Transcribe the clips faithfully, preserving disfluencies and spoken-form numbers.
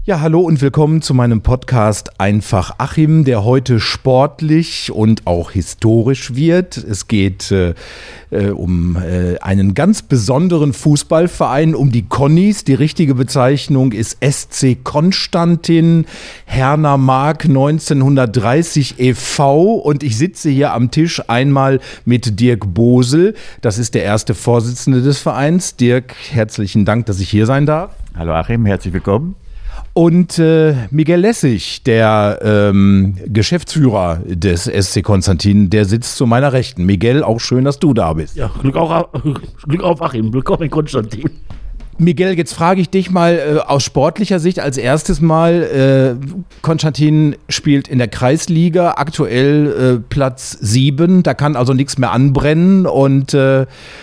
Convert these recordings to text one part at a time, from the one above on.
Ja, hallo und willkommen zu meinem Podcast Einfach Achim, der heute sportlich und auch historisch wird. Es geht äh, äh, um äh, einen ganz besonderen Fußballverein, um die Connies. Die richtige Bezeichnung ist S C Constantin Herner Mark neunzehnhundertdreißig e V und ich sitze hier am Tisch einmal mit Dirk Bosel. Das ist der erste Vorsitzende des Vereins. Dirk, herzlichen Dank, dass ich hier sein darf. Hallo Achim, herzlich willkommen. Und äh, Miguel Lessig, der ähm, Geschäftsführer des S C Constantin, der sitzt zu meiner Rechten. Miguel, auch schön, dass du da bist. Ja, Glück auf, Glück auf Achim, Glück in Konstantin. Miguel, jetzt frage ich dich mal äh, aus sportlicher Sicht als erstes Mal. Äh, Constantin spielt in der Kreisliga, aktuell äh, Platz sieben, da kann also nichts mehr anbrennen. Und äh,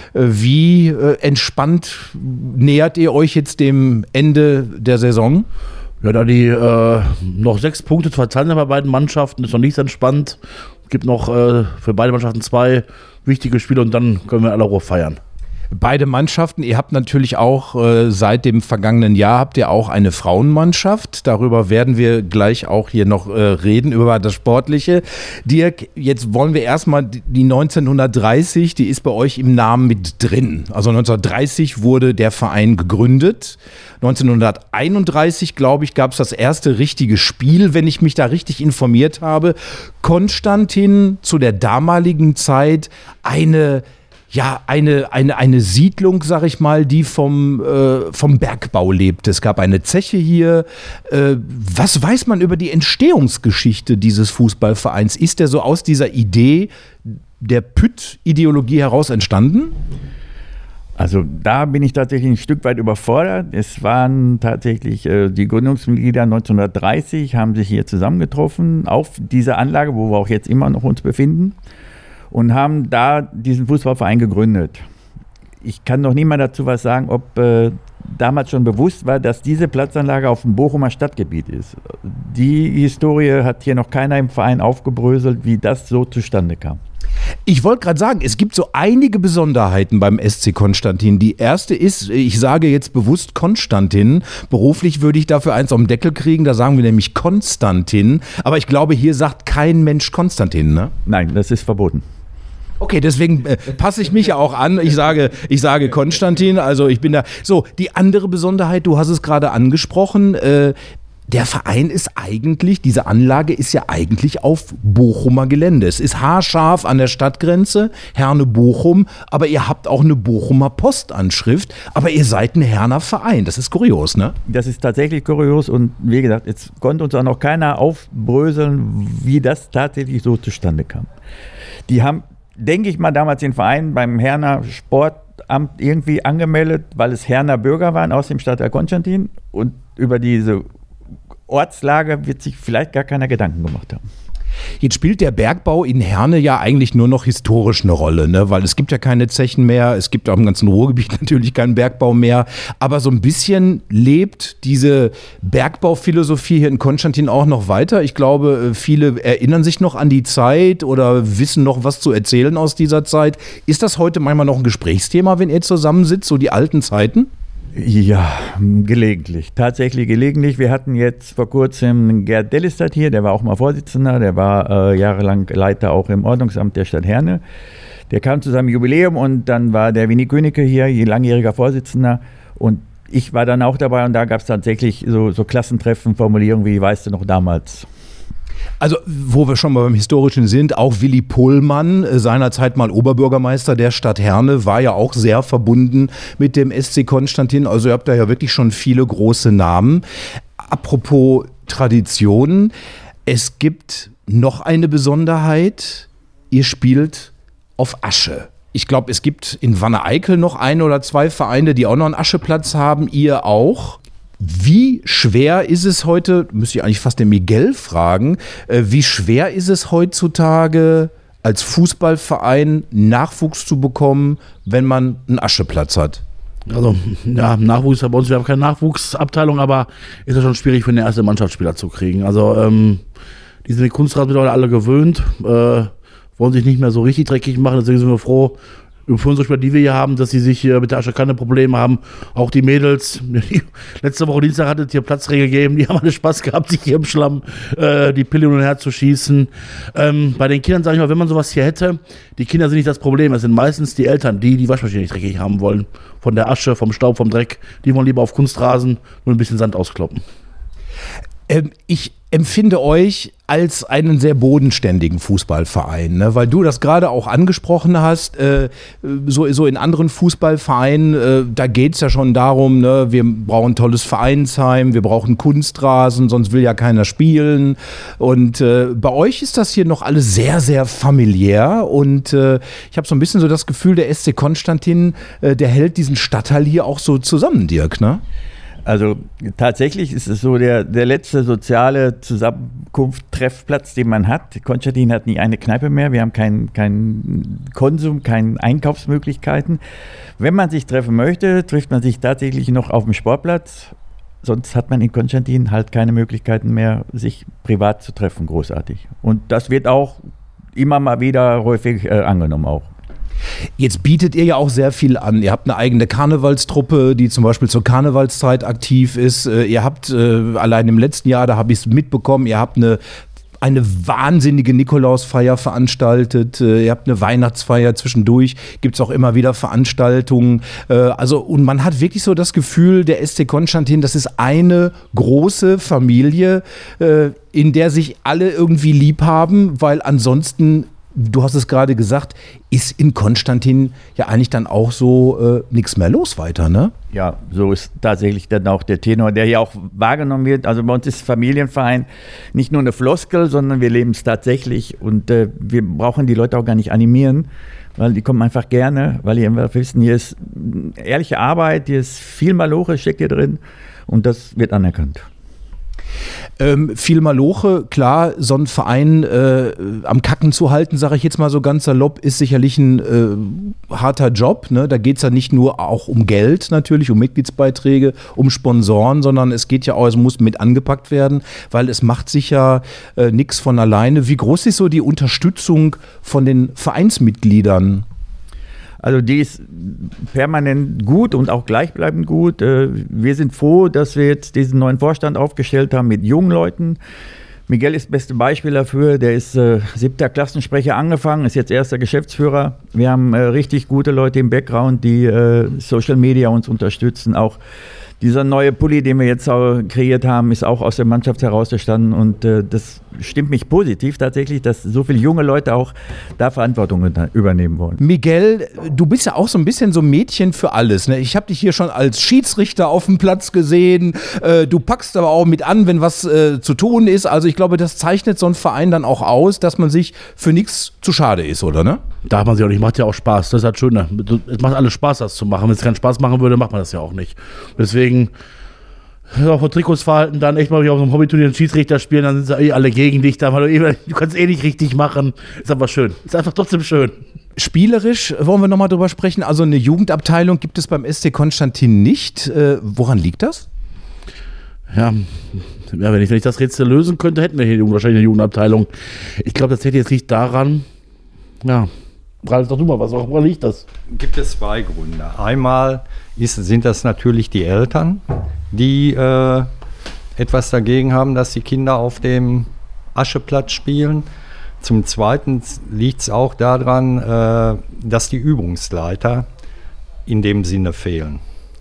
wie äh, entspannt nähert ihr euch jetzt dem Ende der Saison? Ja, da die äh, noch sechs Punkte zu verteilen bei beiden Mannschaften, ist noch nichts entspannt. Es gibt noch äh, für beide Mannschaften zwei wichtige Spiele und dann können wir alle Ruhe feiern. Beide Mannschaften, ihr habt natürlich auch äh, seit dem vergangenen Jahr habt ihr auch eine Frauenmannschaft. Darüber werden wir gleich auch hier noch äh, reden, über das Sportliche. Dirk, jetzt wollen wir erstmal die neunzehnhundertdreißig, die ist bei euch im Namen mit drin. Also neunzehnhundertdreißig wurde der Verein gegründet. neunzehnhunderteinunddreißig, glaube ich, gab es das erste richtige Spiel, wenn ich mich da richtig informiert habe. Constantin zu der damaligen Zeit eine Ja, eine, eine, eine Siedlung, sag ich mal, die vom, äh, vom Bergbau lebte. Es gab eine Zeche hier. Äh, was weiß man über die Entstehungsgeschichte dieses Fußballvereins? Ist der so aus dieser Idee der Pütt-Ideologie heraus entstanden? Also da bin ich tatsächlich ein Stück weit überfordert. Es waren tatsächlich äh, die Gründungsmitglieder neunzehnhundertdreißig, haben sich hier zusammengetroffen auf dieser Anlage, wo wir auch jetzt immer noch uns befinden. Und haben da diesen Fußballverein gegründet. Ich kann noch nicht mal dazu was sagen, ob äh, damals schon bewusst war, dass diese Platzanlage auf dem Bochumer Stadtgebiet ist. Die Historie hat hier noch keiner im Verein aufgebröselt, wie das so zustande kam. Ich wollte gerade sagen, es gibt so einige Besonderheiten beim S C Constantin. Die erste ist, ich sage jetzt bewusst Constantin. Beruflich würde ich dafür eins auf den Deckel kriegen, da sagen wir nämlich Konstantin. Aber ich glaube, hier sagt kein Mensch Konstantin, ne? Nein, das ist verboten. Okay, deswegen äh, passe ich mich ja auch an. Ich sage, ich sage Konstantin, also ich bin da. So, die andere Besonderheit, du hast es gerade angesprochen, äh, der Verein ist eigentlich, diese Anlage ist ja eigentlich auf Bochumer Gelände. Es ist haarscharf an der Stadtgrenze, Herne-Bochum, aber ihr habt auch eine Bochumer Postanschrift, aber ihr seid ein Herner Verein. Das ist kurios, ne? Das ist tatsächlich kurios und wie gesagt, jetzt konnte uns auch noch keiner aufbröseln, wie das tatsächlich so zustande kam. Die haben, denke ich mal, damals den Verein beim Herner Sportamt irgendwie angemeldet, weil es Herner Bürger waren aus dem Stadtteil Constantin und über diese Ortslage wird sich vielleicht gar keiner Gedanken gemacht haben. Jetzt spielt der Bergbau in Herne ja eigentlich nur noch historisch eine Rolle, ne? Weil es gibt ja keine Zechen mehr, es gibt auch im ganzen Ruhrgebiet natürlich keinen Bergbau mehr, aber so ein bisschen lebt diese Bergbauphilosophie hier in Constantin auch noch weiter. Ich glaube, viele erinnern sich noch an die Zeit oder wissen noch was zu erzählen aus dieser Zeit. Ist das heute manchmal noch ein Gesprächsthema, wenn ihr zusammensitzt, so die alten Zeiten? Ja, gelegentlich. Tatsächlich gelegentlich. Wir hatten jetzt vor kurzem Gerd Dellestad hier, der war auch mal Vorsitzender, der war äh, jahrelang Leiter auch im Ordnungsamt der Stadt Herne. Der kam zu seinem Jubiläum und dann war der Winnie Königke hier, langjähriger Vorsitzender. Und ich war dann auch dabei und da gab es tatsächlich so, so Klassentreffen, Formulierungen wie, weißt du noch damals. Also, wo wir schon mal beim Historischen sind, auch Willi Pohlmann, seinerzeit mal Oberbürgermeister der Stadt Herne, war ja auch sehr verbunden mit dem S C Constantin. Also ihr habt da ja wirklich schon viele große Namen. Apropos Traditionen, es gibt noch eine Besonderheit, ihr spielt auf Asche. Ich glaube, es gibt in Wanne-Eickel noch ein oder zwei Vereine, die auch noch einen Ascheplatz haben, ihr auch. Wie schwer ist es heute, müsste ich eigentlich fast den Miguel fragen, äh, wie schwer ist es heutzutage als Fußballverein Nachwuchs zu bekommen, wenn man einen Ascheplatz hat? Also, ja, Nachwuchs bei uns, wir haben keine Nachwuchsabteilung, aber ist ja schon schwierig für den ersten Mannschaftsspieler zu kriegen. Also, ähm, die sind die Kunstgrad mittlerweile alle gewöhnt, äh, wollen sich nicht mehr so richtig dreckig machen, deswegen sind wir froh, für unsere Spieler, die wir hier haben, dass sie sich hier mit der Asche keine Probleme haben. Auch die Mädels. Die, letzte Woche Dienstag hat es hier Platzregel gegeben. Die haben alle Spaß gehabt, sich hier im Schlamm äh, die Pille und her zu schießen. Ähm, bei den Kindern sage ich mal, wenn man sowas hier hätte, die Kinder sind nicht das Problem. Es sind meistens die Eltern, die die Waschmaschine nicht dreckig haben wollen. Von der Asche, vom Staub, vom Dreck. Die wollen lieber auf Kunstrasen nur ein bisschen Sand auskloppen. Ähm, ich empfinde euch als einen sehr bodenständigen Fußballverein, ne? Weil du das gerade auch angesprochen hast, äh, so, so in anderen Fußballvereinen, äh, da geht es ja schon darum, ne? Wir brauchen ein tolles Vereinsheim, wir brauchen Kunstrasen, sonst will ja keiner spielen und äh, bei euch ist das hier noch alles sehr, sehr familiär und äh, ich habe so ein bisschen so das Gefühl, der S C Konstantin, äh, der hält diesen Stadtteil hier auch so zusammen, Dirk, ne? Also tatsächlich ist es so der, der letzte soziale Zusammenkunft, Treffplatz, den man hat. Konstantin hat nie eine Kneipe mehr, wir haben keinen kein Konsum, keine Einkaufsmöglichkeiten. Wenn man sich treffen möchte, trifft man sich tatsächlich noch auf dem Sportplatz. Sonst hat man in Konstantin halt keine Möglichkeiten mehr, sich privat zu treffen, großartig. Und das wird auch immer mal wieder häufig äh, angenommen auch. Jetzt bietet ihr ja auch sehr viel an. Ihr habt eine eigene Karnevalstruppe, die zum Beispiel zur Karnevalszeit aktiv ist. Ihr habt äh, allein im letzten Jahr, da habe ich es mitbekommen, ihr habt eine eine wahnsinnige Nikolausfeier veranstaltet, ihr habt eine Weihnachtsfeier zwischendurch, gibt es auch immer wieder Veranstaltungen, also und man hat wirklich so das Gefühl, der S C Konstantin, das ist eine große Familie, in der sich alle irgendwie lieb haben, weil ansonsten, du hast es gerade gesagt, ist in Konstantin ja eigentlich dann auch so äh, nichts mehr los weiter, ne? Ja, so ist tatsächlich dann auch der Tenor, der hier auch wahrgenommen wird. Also bei uns ist Familienverein nicht nur eine Floskel, sondern wir leben es tatsächlich und äh, wir brauchen die Leute auch gar nicht animieren, weil die kommen einfach gerne, weil die einfach wissen, hier ist ehrliche Arbeit, hier ist viel Maloche, steckt hier drin und das wird anerkannt. Ähm, viel Maloche, klar, so ein Verein äh, am Kacken zu halten, sage ich jetzt mal so ganz salopp, ist sicherlich ein äh, harter Job. Ne? Da geht es ja nicht nur auch um Geld natürlich, um Mitgliedsbeiträge, um Sponsoren, sondern es geht ja auch, es muss mit angepackt werden, weil es macht sich ja äh, nichts von alleine. Wie groß ist so die Unterstützung von den Vereinsmitgliedern? Also die ist permanent gut und auch gleichbleibend gut. Wir sind froh, dass wir jetzt diesen neuen Vorstand aufgestellt haben mit jungen Leuten. Miguel ist das beste Beispiel dafür. Der ist äh, siebter Klassensprecher angefangen, ist jetzt erster Geschäftsführer. Wir haben äh, richtig gute Leute im Background, die äh, Social Media uns unterstützen. Auch dieser neue Pulli, den wir jetzt auch kreiert haben, ist auch aus der Mannschaft heraus entstanden und äh, das stimmt mich positiv tatsächlich, dass so viele junge Leute auch da Verantwortung übernehmen wollen. Miguel, du bist ja auch so ein bisschen so ein Mädchen für alles, ne? Ich habe dich hier schon als Schiedsrichter auf dem Platz gesehen, äh, du packst aber auch mit an, wenn was äh, zu tun ist, also ich glaube, das zeichnet so einen Verein dann auch aus, dass man sich für nichts zu schade ist, oder ne? Darf man sich auch nicht, macht ja auch Spaß, das ist halt schön, ne? Es macht alles Spaß, das zu machen, wenn es keinen Spaß machen würde, macht man das ja auch nicht. Deswegen auch von Trikots verhalten, dann echt mal auf so einem Hobbyturnier einen Schiedsrichter spielen, dann sind sie eh alle gegen dich, dann, weil du, eh, du kannst eh nicht richtig machen. Ist aber schön. Ist einfach trotzdem schön. Spielerisch wollen wir nochmal drüber sprechen. Also eine Jugendabteilung gibt es beim S C Konstantin nicht. Äh, woran liegt das? Ja, ja wenn, ich, wenn ich das Rätsel lösen könnte, hätten wir hier wahrscheinlich eine Jugendabteilung. Ich glaube, das hätte jetzt nicht daran, ja, Ralf, sag du mal was, woran liegt das? Gibt es zwei Gründe. Einmal ist, sind das natürlich die Eltern, die äh, etwas dagegen haben, dass die Kinder auf dem Ascheplatz spielen. Zum Zweiten liegt es auch daran, äh, dass die Übungsleiter in dem Sinne fehlen.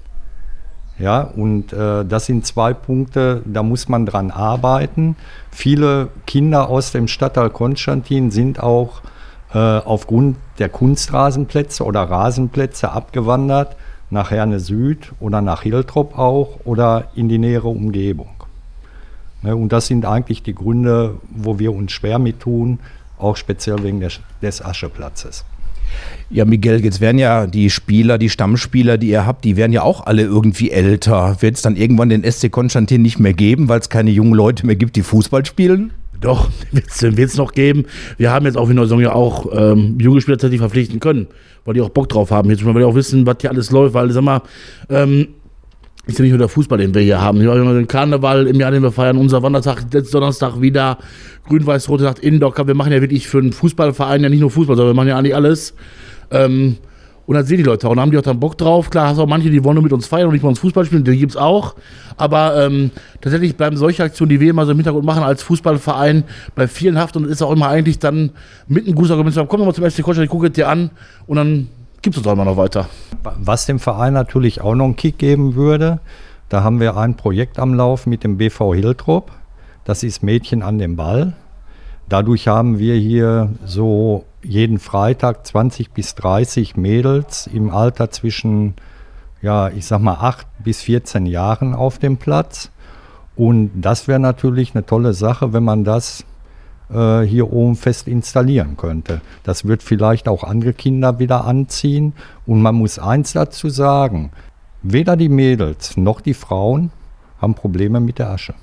Ja, und äh, das sind zwei Punkte, da muss man dran arbeiten. Viele Kinder aus dem Stadtteil Konstantin sind auch äh, aufgrund der Kunstrasenplätze oder Rasenplätze abgewandert nach Herne Süd oder nach Hiltrop auch oder in die nähere Umgebung. Ne, und das sind eigentlich die Gründe, wo wir uns schwer mit tun, auch speziell wegen des, des Ascheplatzes. Ja, Miguel, jetzt werden ja die Spieler, die Stammspieler, die ihr habt, die werden ja auch alle irgendwie älter. Wird es dann irgendwann den S C Konstantin nicht mehr geben, weil es keine jungen Leute mehr gibt, die Fußball spielen? Doch, wird es noch geben. Wir haben jetzt auch in der Saison ja auch ähm, junge Spieler tatsächlich verpflichten können, weil die auch Bock drauf haben. Jetzt, weil die auch wissen, was hier alles läuft, weil, sag mal, ähm, ist ja nicht nur der Fußball, den wir hier haben. Wir haben den Karneval im Jahr, den wir feiern, unser Wandertag, letzten Donnerstag wieder, Grün-Weiß-Rote Nacht Indoor. Wir machen ja wirklich für einen Fußballverein ja nicht nur Fußball, sondern wir machen ja eigentlich alles. Ähm, Und dann sehen die Leute auch, und dann haben die auch dann Bock drauf. Klar, hast auch manche, die wollen nur mit uns feiern und nicht mit uns Fußball spielen, die gibt's auch. Aber ähm, tatsächlich bleiben solche Aktionen, die wir immer so im Hintergrund machen als Fußballverein, bei vielen Haft, und ist auch immer eigentlich dann mit einem gutes Argument zu sagen, komm doch mal zum S C Konstantin, guck es dir an, und dann gibt's uns auch immer noch weiter. Was dem Verein natürlich auch noch einen Kick geben würde, da haben wir ein Projekt am Lauf mit dem B V Hiltrop. Das ist Mädchen an dem Ball. Dadurch haben wir hier so jeden Freitag zwanzig bis dreißig Mädels im Alter zwischen, ja, ich sag mal acht bis vierzehn Jahren auf dem Platz. Und das wäre natürlich eine tolle Sache, wenn man das äh, hier oben fest installieren könnte. Das wird vielleicht auch andere Kinder wieder anziehen. Und man muss eins dazu sagen, weder die Mädels noch die Frauen haben Probleme mit der Asche.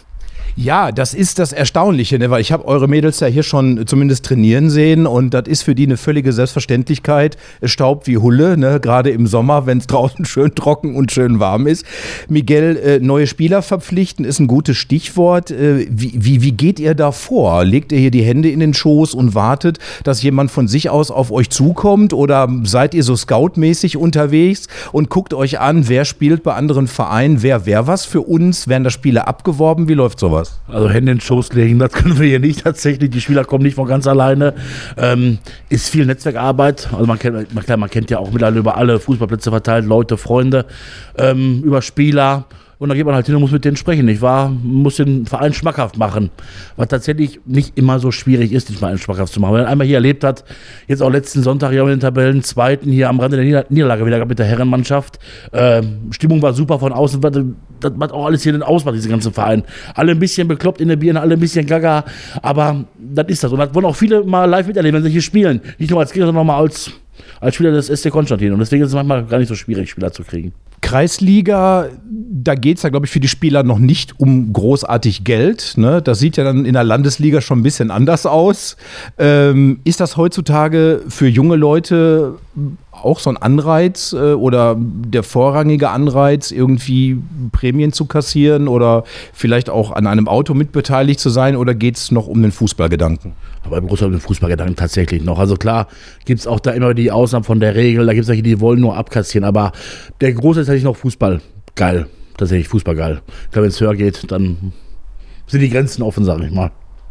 Ja, das ist das Erstaunliche, ne? Weil ich habe eure Mädels ja hier schon zumindest trainieren sehen, und das ist für die eine völlige Selbstverständlichkeit. Es staubt wie Hulle, ne? Gerade im Sommer, wenn es draußen schön trocken und schön warm ist. Miguel, äh, neue Spieler verpflichten ist ein gutes Stichwort. Äh, wie, wie, wie geht ihr da vor? Legt ihr hier die Hände in den Schoß und wartet, dass jemand von sich aus auf euch zukommt, oder seid ihr so scoutmäßig unterwegs und guckt euch an, wer spielt bei anderen Vereinen, wer wäre was für uns? Werden da Spiele abgeworben? Wie läuft sowas? Also Hände in den Schoß legen, das können wir hier nicht tatsächlich. Die Spieler kommen nicht von ganz alleine. Ähm, ist viel Netzwerkarbeit. Also man kennt, man, klar, man kennt ja auch mittlerweile über alle Fußballplätze verteilt, Leute, Freunde, ähm, über Spieler. Und dann geht man halt hin und muss mit denen sprechen, nicht wahr? Man muss den Verein schmackhaft machen, was tatsächlich nicht immer so schwierig ist, den Verein schmackhaft zu machen. Wenn man einmal hier erlebt hat, jetzt auch letzten Sonntag hier in den Tabellen, zweiten hier am Rande der Nieder- Niederlage wieder mit der Herrenmannschaft. Äh, Stimmung war super von außen, das macht auch alles hier den Ausmacht, diese ganzen Verein. Alle ein bisschen bekloppt in der Birne, alle ein bisschen gaga, aber das ist das. Und das wollen auch viele mal live miterleben, wenn sie hier spielen. Nicht nur als Gegner, sondern auch mal als, als Spieler des S C Konstantin. Und deswegen ist es manchmal gar nicht so schwierig, Spieler zu kriegen. Kreisliga, da geht es ja, glaube ich, für die Spieler noch nicht um großartig Geld. Ne? Das sieht ja dann in der Landesliga schon ein bisschen anders aus. Ähm, ist das heutzutage für junge Leute auch so ein Anreiz äh, oder der vorrangige Anreiz, irgendwie Prämien zu kassieren oder vielleicht auch an einem Auto mitbeteiligt zu sein, oder geht es noch um den Fußballgedanken? Aber im Großteil um den Fußballgedanken tatsächlich noch. Also klar gibt es auch da immer die Ausnahmen von der Regel, da gibt es welche, die wollen nur abkassieren, aber der Großteil ist tatsächlich noch Fußball geil. Tatsächlich Fußball geil. Ich glaube, wenn es höher geht, dann sind die Grenzen offen, sage ich mal.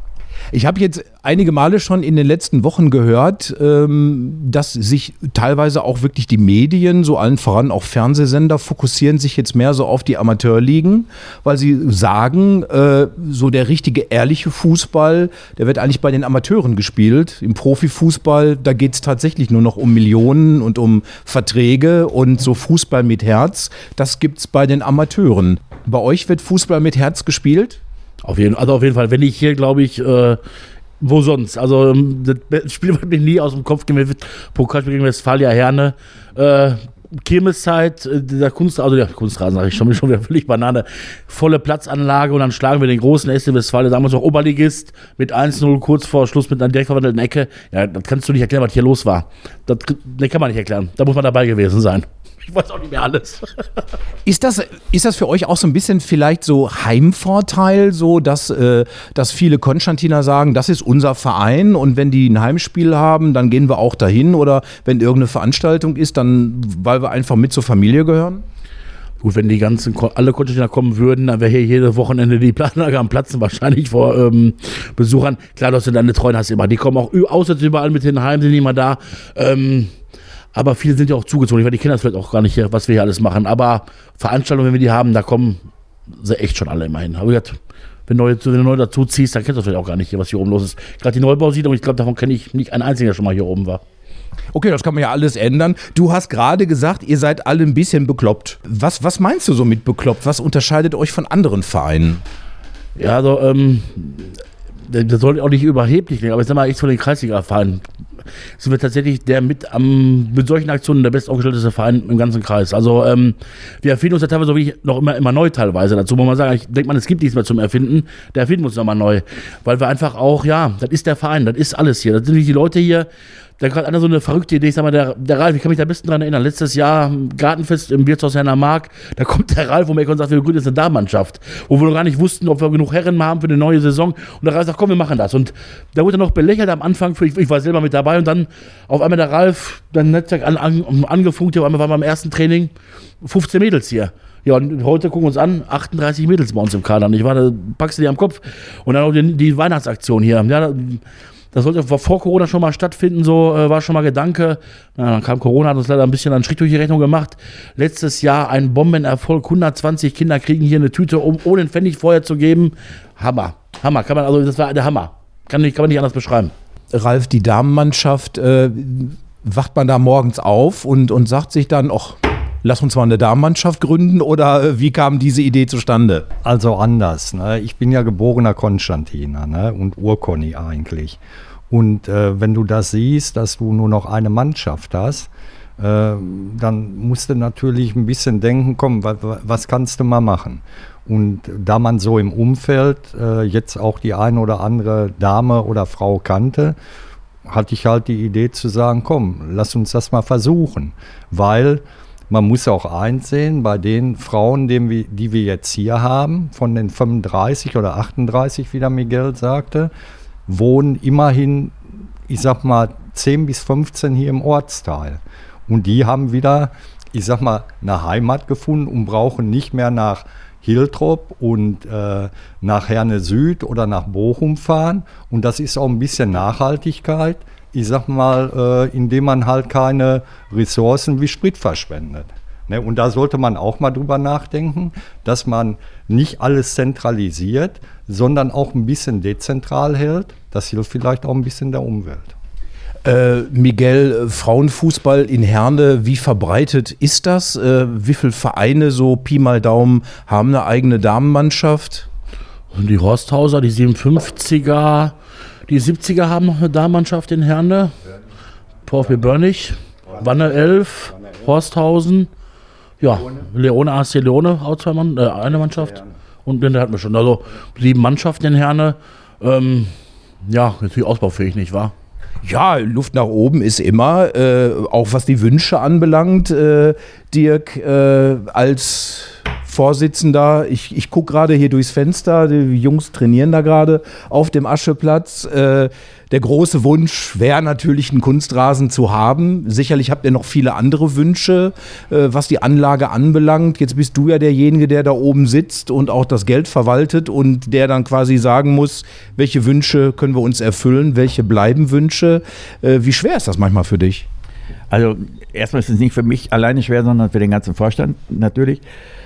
Ich habe jetzt einige Male schon in den letzten Wochen gehört, ähm, dass sich teilweise auch wirklich die Medien, so allen voran auch Fernsehsender, fokussieren sich jetzt mehr so auf die Amateurligen, weil sie sagen, äh, so der richtige, ehrliche Fußball, der wird eigentlich bei den Amateuren gespielt. Im Profifußball, da geht es tatsächlich nur noch um Millionen und um Verträge, und so Fußball mit Herz, das gibt es bei den Amateuren. Bei euch wird Fußball mit Herz gespielt? Auf jeden, also auf jeden Fall, wenn ich hier, glaube ich, äh, wo sonst? Also das Spiel wird mir nie aus dem Kopf gehen. Pokalspiel gegen Westfalia Herne, äh, Kirmeszeit, der Kunst, also der Kunstrasen, sage ich schon, bin schon wieder völlig Banane, volle Platzanlage, und dann schlagen wir den großen S C Westfalia, damals noch Oberligist, mit eins null kurz vor Schluss mit einer direkt verwandelten Ecke. Ja, das kannst du nicht erklären, was hier los war. Das, das kann man nicht erklären. Da muss man dabei gewesen sein. Ich weiß auch nicht mehr alles. Ist das, ist das für euch auch so ein bisschen vielleicht so Heimvorteil, so dass, äh, dass viele Konstantiner sagen, das ist unser Verein, und wenn die ein Heimspiel haben, dann gehen wir auch dahin, oder wenn irgendeine Veranstaltung ist, dann, weil wir einfach mit zur Familie gehören? Gut, wenn die ganzen, alle Konstantiner kommen würden, dann wäre hier jede Wochenende die Plattenlage am Platzen wahrscheinlich vor ähm, Besuchern. Klar, dass du deine Treuen hast immer. Die kommen auch auswärts überall mit hinheim, sind immer da. Ähm, Aber viele sind ja auch zugezogen. Ich meine, die kennen das vielleicht auch gar nicht, was wir hier alles machen. Aber Veranstaltungen, wenn wir die haben, da kommen sie echt schon alle immer hin. Aber gesagt, wenn du neu, neu dazu ziehst, dann kennst du vielleicht auch gar nicht, was hier oben los ist. Gerade die Neubausiedlung, ich glaube, davon kenne ich nicht einen einzigen, der schon mal hier oben war. Okay, das kann man ja alles ändern. Du hast gerade gesagt, ihr seid alle ein bisschen bekloppt. Was, was meinst du so mit bekloppt? Was unterscheidet euch von anderen Vereinen? Ja, also, ähm, das soll auch nicht überheblich klingen, aber ich sag mal, ich von den Kreisliga-Vereinen sind wir tatsächlich der mit am mit solchen Aktionen der bestaufgestellteste Verein im ganzen Kreis. Also ähm, wir erfinden uns ja teilweise so wie noch immer, immer neu teilweise dazu, muss man sagen, ich denke mal, es gibt nichts mehr zum Erfinden, der erfinden muss nochmal neu, weil wir einfach auch, ja, das ist der Verein, das ist alles hier, das sind nicht die Leute hier, da gerade einer so eine verrückte Idee, ich sag mal, der, der Ralf, ich kann mich da am besten dran erinnern, letztes Jahr Gartenfest im Wirtshaus Herner Mark, da kommt der Ralf um die Ecke und sagt, wir gründen jetzt eine Damenmannschaft, wo wir noch gar nicht wussten, ob wir genug Herren haben für eine neue Saison, und der Ralf sagt, komm, wir machen das, und da wurde er noch belächelt am Anfang, für, ich, ich war selber mit dabei, und dann auf einmal der Ralf, dann Netzwerk an, an, angefunkt, auf einmal waren wir am ersten Training fünfzehn Mädels hier. Ja, und heute gucken wir uns an, achtunddreißig Mädels bei uns im Kader. Und ich war, da packst du die am Kopf. Und dann auch die, die Weihnachtsaktion hier. Ja, das sollte vor Corona schon mal stattfinden, so äh, war schon mal Gedanke. Ja, dann kam Corona, hat uns leider ein bisschen einen Strich durch die Rechnung gemacht. Letztes Jahr ein Bombenerfolg, hundertzwanzig Kinder kriegen hier eine Tüte, um ohne einen Pfennig vorher zu geben. Hammer, Hammer, kann man, also das war der Hammer. Kann, nicht, kann man nicht anders beschreiben. Ralf, die Damenmannschaft, äh, wacht man da morgens auf und, und sagt sich dann, ach, lass uns mal eine Damenmannschaft gründen, oder äh, wie kam diese Idee zustande? Also anders. Ne? Ich bin ja geborener Konstantiner, ne? Und Urconny eigentlich. Und äh, wenn du das siehst, dass du nur noch eine Mannschaft hast, äh, dann musst du natürlich ein bisschen denken, komm, wa, wa, was kannst du mal machen? Und da man so im Umfeld äh, jetzt auch die eine oder andere Dame oder Frau kannte, hatte ich halt die Idee zu sagen, komm, lass uns das mal versuchen. Weil man muss auch einsehen, bei den Frauen, die wir, die wir jetzt hier haben, von den fünfunddreißig oder achtunddreißig, wie der Miguel sagte, wohnen immerhin, ich sag mal, zehn bis fünfzehn hier im Ortsteil. Und die haben wieder, ich sag mal, eine Heimat gefunden und brauchen nicht mehr nach Hiltrop und äh, nach Herne Süd oder nach Bochum fahren. Und das ist auch ein bisschen Nachhaltigkeit, ich sag mal, äh, indem man halt keine Ressourcen wie Sprit verschwendet. Ne? Und da sollte man auch mal drüber nachdenken, dass man nicht alles zentralisiert, sondern auch ein bisschen dezentral hält. Das hilft vielleicht auch ein bisschen der Umwelt. Äh, Miguel, Frauenfußball in Herne, wie verbreitet ist das? Äh, wie viele Vereine, so Pi mal Daumen, haben eine eigene Damenmannschaft? Die Horsthauser, die siebenundfünfziger, die siebziger haben noch eine Damenmannschaft in Herne. VfB Börnig, Wanne elf, Horsthausen, ja, Leone, A C Leone, auch zwei Mann, äh, eine Mannschaft. Und den hatten wir schon. Also sieben Mannschaften in Herne. Ähm, ja, natürlich ausbaufähig, nicht wahr? Ja, Luft nach oben ist immer, äh, auch was die Wünsche anbelangt, äh, Dirk, äh, als Vorsitzender, ich, ich gucke gerade hier durchs Fenster, die Jungs trainieren da gerade auf dem Ascheplatz. Äh, der große Wunsch wäre natürlich, einen Kunstrasen zu haben. Sicherlich habt ihr noch viele andere Wünsche, äh, was die Anlage anbelangt. Jetzt bist du ja derjenige, der da oben sitzt und auch das Geld verwaltet und der dann quasi sagen muss, welche Wünsche können wir uns erfüllen, welche bleiben Wünsche. Äh, wie schwer ist das manchmal für dich? Also erstmal ist es nicht für mich alleine schwer, sondern für den ganzen Vorstand natürlich.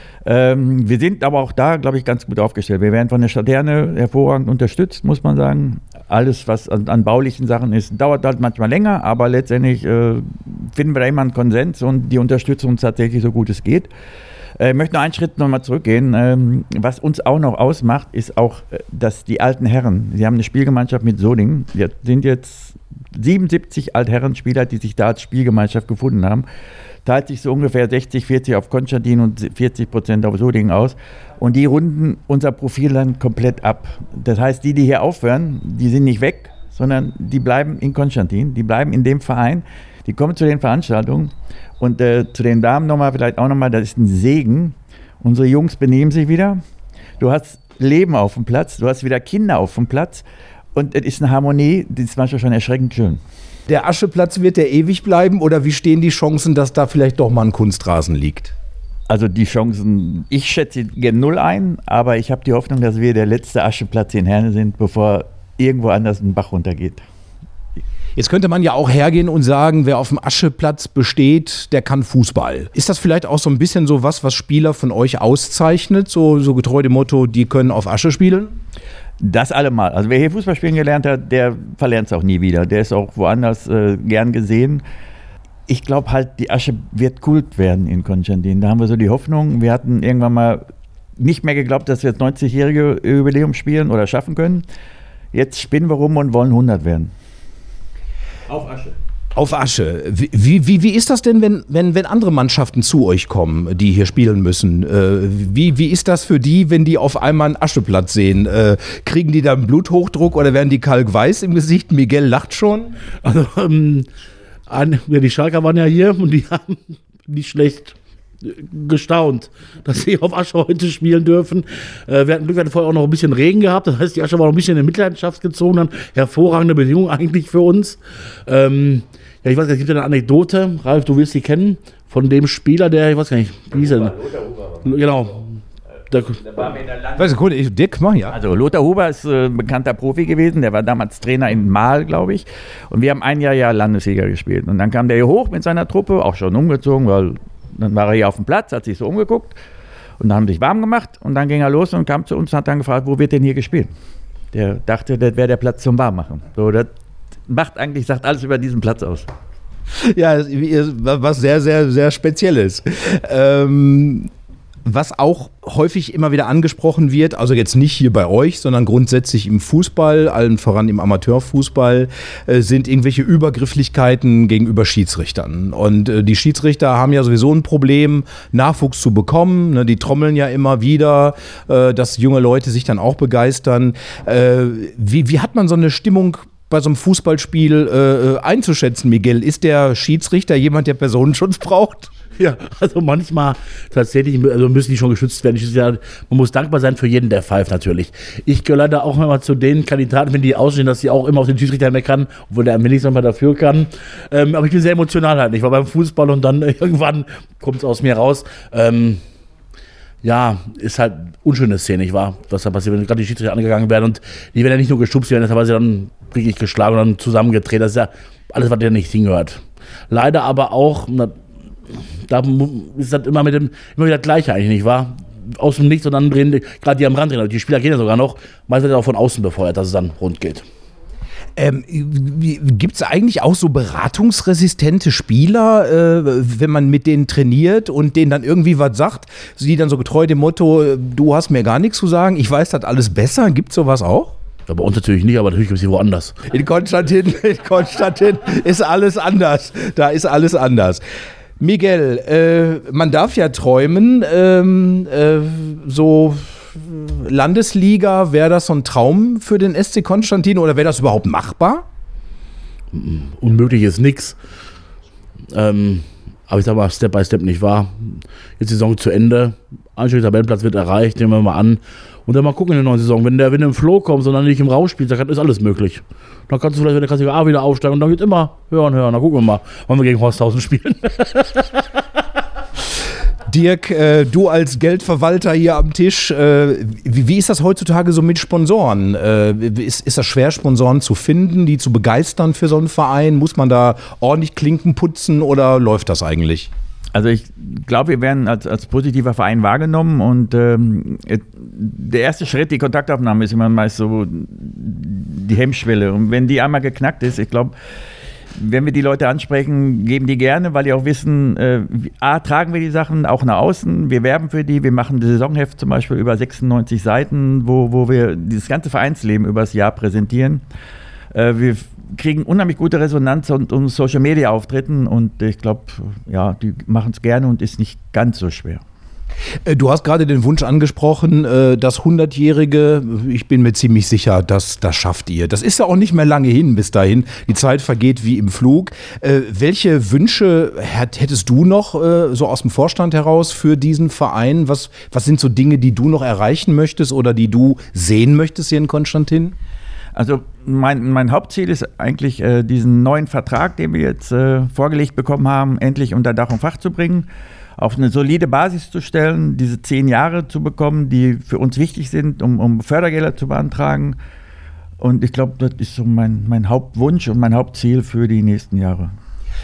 Ähm, wir sind aber auch da, glaube ich, ganz gut aufgestellt. Wir werden von der Stadt Herne hervorragend unterstützt, muss man sagen. Alles, was an, an baulichen Sachen ist, dauert halt manchmal länger, aber letztendlich äh, finden wir da immer einen Konsens und die unterstützen uns tatsächlich so gut es geht. Ich äh, möchte noch einen Schritt nochmal zurückgehen. Ähm, was uns auch noch ausmacht, ist auch, dass die alten Herren, sie haben eine Spielgemeinschaft mit Solingen, wir sind jetzt siebenundsiebzig Altherrenspieler, die sich da als Spielgemeinschaft gefunden haben. Teilt sich so ungefähr sechzig vierzig auf Konstantin und vierzig Prozent auf Solingen aus. Und die runden unser Profil dann komplett ab. Das heißt, die, die hier aufhören, die sind nicht weg, sondern die bleiben in Konstantin, die bleiben in dem Verein, die kommen zu den Veranstaltungen. Und äh, zu den Damen nochmal, vielleicht auch nochmal, das ist ein Segen. Unsere Jungs benehmen sich wieder. Du hast Leben auf dem Platz, du hast wieder Kinder auf dem Platz. Und es ist eine Harmonie, die ist manchmal schon erschreckend schön. Der Ascheplatz, wird der ewig bleiben oder wie stehen die Chancen, dass da vielleicht doch mal ein Kunstrasen liegt? Also die Chancen, ich schätze gen Null ein, aber ich habe die Hoffnung, dass wir der letzte Ascheplatz in Herne sind, bevor irgendwo anders ein Bach runtergeht. Jetzt könnte man ja auch hergehen und sagen, wer auf dem Ascheplatz besteht, der kann Fußball. Ist das vielleicht auch so ein bisschen so was, was Spieler von euch auszeichnet? So, so getreu dem Motto, die können auf Asche spielen? Das allemal. Also wer hier Fußball spielen gelernt hat, der verlernt es auch nie wieder. Der ist auch woanders äh, gern gesehen. Ich glaube halt, die Asche wird Kult werden in Konstantin. Da haben wir so die Hoffnung. Wir hatten irgendwann mal nicht mehr geglaubt, dass wir jetzt neunzigjährige Jubiläum spielen oder schaffen können. Jetzt spinnen wir rum und wollen hundert werden. Auf Asche. Auf Asche. Wie, wie, wie ist das denn, wenn, wenn, wenn andere Mannschaften zu euch kommen, die hier spielen müssen? Äh, wie, wie ist das für die, wenn die auf einmal einen Ascheplatz sehen? Äh, kriegen die da einen Bluthochdruck oder werden die kalkweiß im Gesicht? Miguel lacht schon. Also, ähm, an, ja, die Schalker waren ja hier und die haben nicht schlecht gestaunt, dass sie auf Asche heute spielen dürfen. Äh, wir hatten Glück, wir hatten vorher auch noch ein bisschen Regen gehabt, das heißt, die Asche war noch ein bisschen in Mitleidenschaft gezogen, dann hervorragende Bedingungen eigentlich für uns. Ähm, ja, ich weiß gar nicht, es gibt ja eine Anekdote, Ralf, du wirst sie kennen, von dem Spieler, der, ich weiß gar nicht, wie hieß er denn? Genau. Der, der war mir in der Land- Weißt du, ich, Dick, mach ja. Also Lothar Huber ist äh, ein bekannter Profi gewesen, der war damals Trainer in Mahl, glaube ich. Und wir haben ein Jahr ja Landesliga gespielt. Und dann kam der hier hoch mit seiner Truppe, auch schon umgezogen, weil dann war er hier auf dem Platz, hat sich so umgeguckt und dann haben sich warm gemacht und dann ging er los und kam zu uns und hat dann gefragt, wo wird denn hier gespielt? Der dachte, das wäre der Platz zum Warmmachen. So, das macht eigentlich, sagt alles über diesen Platz aus. Ja, was sehr, sehr, sehr Spezielles. Ähm, was auch häufig immer wieder angesprochen wird, also jetzt nicht hier bei euch, sondern grundsätzlich im Fußball, allen voran im Amateurfußball, äh, sind irgendwelche Übergrifflichkeiten gegenüber Schiedsrichtern. Und äh, die Schiedsrichter haben ja sowieso ein Problem, Nachwuchs zu bekommen. Ne? Die trommeln ja immer wieder, äh, dass junge Leute sich dann auch begeistern. Äh, wie, wie hat man so eine Stimmung bei so einem Fußballspiel äh, einzuschätzen, Miguel? Ist der Schiedsrichter jemand, der Personenschutz braucht? Ja, also manchmal tatsächlich, also müssen die schon geschützt werden. Ich, ja, man muss dankbar sein für jeden, der pfeift natürlich. Ich gehöre leider auch immer zu den Kandidaten, wenn die ausstehen, dass sie auch immer auf den Schiedsrichter meckern, obwohl der am wenigsten mal dafür kann. Ähm, aber ich bin sehr emotional halt. Ich war beim Fußball und dann irgendwann kommt es aus mir raus. Ähm, ja, ist halt unschöne Szene, nicht wahr? Was da passiert, wenn gerade die Schiedsrichter angegangen werden und die werden ja nicht nur geschubst, die werden teilweise dann wirklich geschlagen und dann zusammengedreht. Das ist ja alles, was dir nicht hingehört. Leider aber auch, da ist das immer mit dem, immer wieder das Gleiche eigentlich, nicht wahr? Aus dem Nichts und dann drehen, gerade die am Rand drehen, die Spieler gehen ja sogar noch, meistens auch von außen befeuert, dass es dann rund geht. Ähm, gibt es eigentlich auch so beratungsresistente Spieler, äh, wenn man mit denen trainiert und denen dann irgendwie was sagt, die dann so getreu dem Motto, du hast mir gar nichts zu sagen, ich weiß das alles besser, gibt es sowas auch? Ja, bei uns natürlich nicht, aber natürlich gibt es sie woanders. In Konstantin, in Konstantin ist alles anders, da ist alles anders. Miguel, äh, man darf ja träumen, ähm, äh, so Landesliga, wäre das so ein Traum für den S C Konstantin oder wäre das überhaupt machbar? Unmöglich ist nix. Ähm, aber ich sag mal, Step by Step nicht wahr. Jetzt die Saison zu Ende, einstelliger Tabellenplatz wird erreicht, nehmen wir mal an. Und dann mal gucken in der neuen Saison, wenn der wenn du im Flow kommst und dann nicht im Rausch spielst, dann ist alles möglich. Dann kannst du vielleicht in der Klasse A wieder aufsteigen und dann geht immer höher und höher. Dann gucken wir mal, wann wir gegen Horsthausen spielen. Dirk, äh, du als Geldverwalter hier am Tisch, äh, wie, wie ist das heutzutage so mit Sponsoren? Äh, ist, ist das schwer, Sponsoren zu finden, die zu begeistern für so einen Verein? Muss man da ordentlich Klinken putzen oder läuft das eigentlich? Also ich glaube, wir werden als, als positiver Verein wahrgenommen und ähm, der erste Schritt, die Kontaktaufnahme, ist immer meist so die Hemmschwelle. Und wenn die einmal geknackt ist, ich glaube, wenn wir die Leute ansprechen, geben die gerne, weil die auch wissen, äh, A, tragen wir die Sachen auch nach außen, wir werben für die, wir machen das Saisonheft zum Beispiel über sechsundneunzig Seiten, wo, wo wir dieses ganze Vereinsleben über das Jahr präsentieren. Äh, wir kriegen unheimlich gute Resonanz und, und Social-Media-Auftritten und ich glaube, ja, die machen es gerne und ist nicht ganz so schwer. Du hast gerade den Wunsch angesprochen, das hundertjährige, ich bin mir ziemlich sicher, dass das schafft ihr. Das ist ja auch nicht mehr lange hin bis dahin. Die Zeit vergeht wie im Flug. Welche Wünsche hättest du noch so aus dem Vorstand heraus für diesen Verein? Was, was sind so Dinge, die du noch erreichen möchtest oder die du sehen möchtest hier in Konstantin? Also mein, mein Hauptziel ist eigentlich, äh, diesen neuen Vertrag, den wir jetzt äh, vorgelegt bekommen haben, endlich unter Dach und Fach zu bringen, auf eine solide Basis zu stellen, diese zehn Jahre zu bekommen, die für uns wichtig sind, um, um Fördergelder zu beantragen. Und ich glaube, das ist so mein, mein Hauptwunsch und mein Hauptziel für die nächsten Jahre.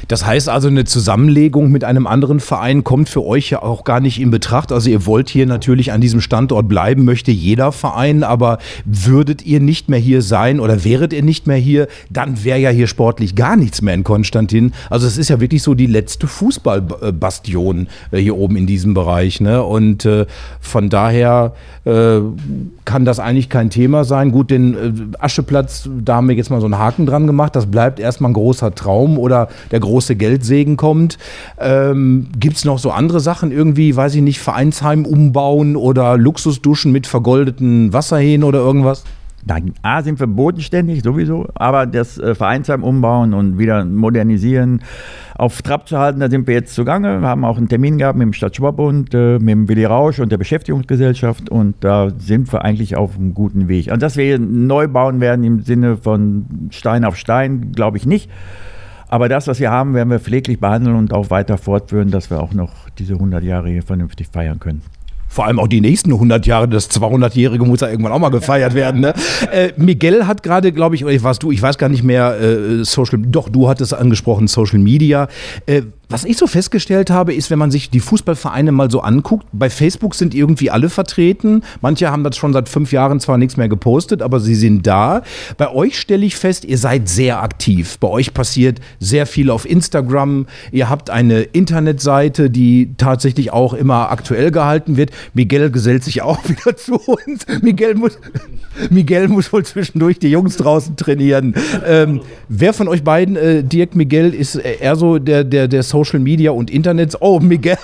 Das heißt also, eine Zusammenlegung mit einem anderen Verein kommt für euch ja auch gar nicht in Betracht. Also ihr wollt hier natürlich an diesem Standort bleiben, möchte jeder Verein, aber würdet ihr nicht mehr hier sein oder wäret ihr nicht mehr hier, dann wäre ja hier sportlich gar nichts mehr in Konstantin. Also es ist ja wirklich so die letzte Fußballbastion äh, hier oben in diesem Bereich, ne? Und äh, von daher äh, kann das eigentlich kein Thema sein. Gut, den äh, Ascheplatz, da haben wir jetzt mal so einen Haken dran gemacht. Das bleibt erstmal ein großer Traum oder der große Geldsegen kommt. Ähm, gibt es noch so andere Sachen irgendwie, weiß ich nicht, Vereinsheim umbauen oder Luxusduschen mit vergoldeten Wasserhähnen oder irgendwas? Nein, A, sind wir bodenständig sowieso, aber das äh, Vereinsheim umbauen und wieder modernisieren, auf Trab zu halten, da sind wir jetzt zugange. Wir haben auch einen Termin gehabt mit dem Stadtsportbund, äh, mit dem Willi Rausch und der Beschäftigungsgesellschaft und da sind wir eigentlich auf einem guten Weg. Und dass wir neu bauen werden im Sinne von Stein auf Stein, glaube ich nicht. Aber das, was wir haben, werden wir pfleglich behandeln und auch weiter fortführen, dass wir auch noch diese hundert Jahre hier vernünftig feiern können. Vor allem auch die nächsten hundert Jahre, das zweihundertjährige muss ja irgendwann auch mal gefeiert werden. Ne? Äh, Miguel hat gerade, glaube ich, oder warst du, ich weiß gar nicht mehr, äh, Social, doch, du hattest angesprochen, Social Media. Äh, was ich so festgestellt habe, ist, wenn man sich die Fußballvereine mal so anguckt, bei Facebook sind irgendwie alle vertreten. Manche haben das schon seit fünf Jahren zwar nichts mehr gepostet, aber sie sind da. Bei euch stelle ich fest, ihr seid sehr aktiv. Bei euch passiert sehr viel auf Instagram. Ihr habt eine Internetseite, die tatsächlich auch immer aktuell gehalten wird. Miguel gesellt sich auch wieder zu uns. Miguel muss, Miguel muss wohl zwischendurch die Jungs draußen trainieren. Ähm, wer von euch beiden, äh, Dirk, Miguel, ist eher so der, der, der Social Media und Internet? Oh, Miguel,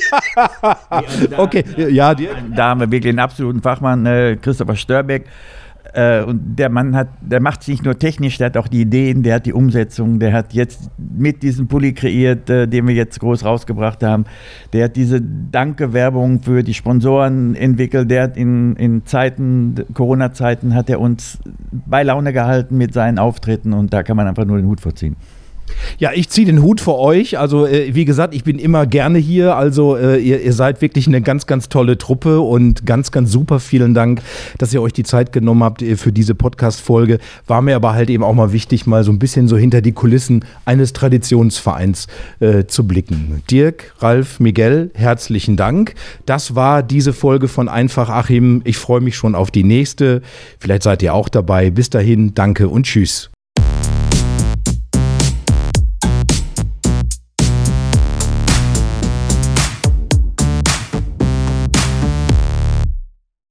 Miguel. Okay, ja, Dirk. Da haben wir wirklich einen absoluten Fachmann, äh, Christopher Störbeck. Äh, und der Mann hat, der macht es nicht nur technisch, der hat auch die Ideen, der hat die Umsetzung, der hat jetzt mit diesem Pulli kreiert, äh, den wir jetzt groß rausgebracht haben, der hat diese Danke-Werbung für die Sponsoren entwickelt, der hat in, in Zeiten, Corona-Zeiten hat er uns bei Laune gehalten mit seinen Auftritten und da kann man einfach nur den Hut vorziehen. Ja, ich ziehe den Hut vor euch. Also äh, wie gesagt, ich bin immer gerne hier. Also äh, ihr, ihr seid wirklich eine ganz, ganz tolle Truppe und ganz, ganz super vielen Dank, dass ihr euch die Zeit genommen habt äh, für diese Podcast-Folge. War mir aber halt eben auch mal wichtig, mal so ein bisschen so hinter die Kulissen eines Traditionsvereins äh, zu blicken. Dirk, Ralf, Miguel, herzlichen Dank. Das war diese Folge von Einfach Achim. Ich freue mich schon auf die nächste. Vielleicht seid ihr auch dabei. Bis dahin, danke und tschüss.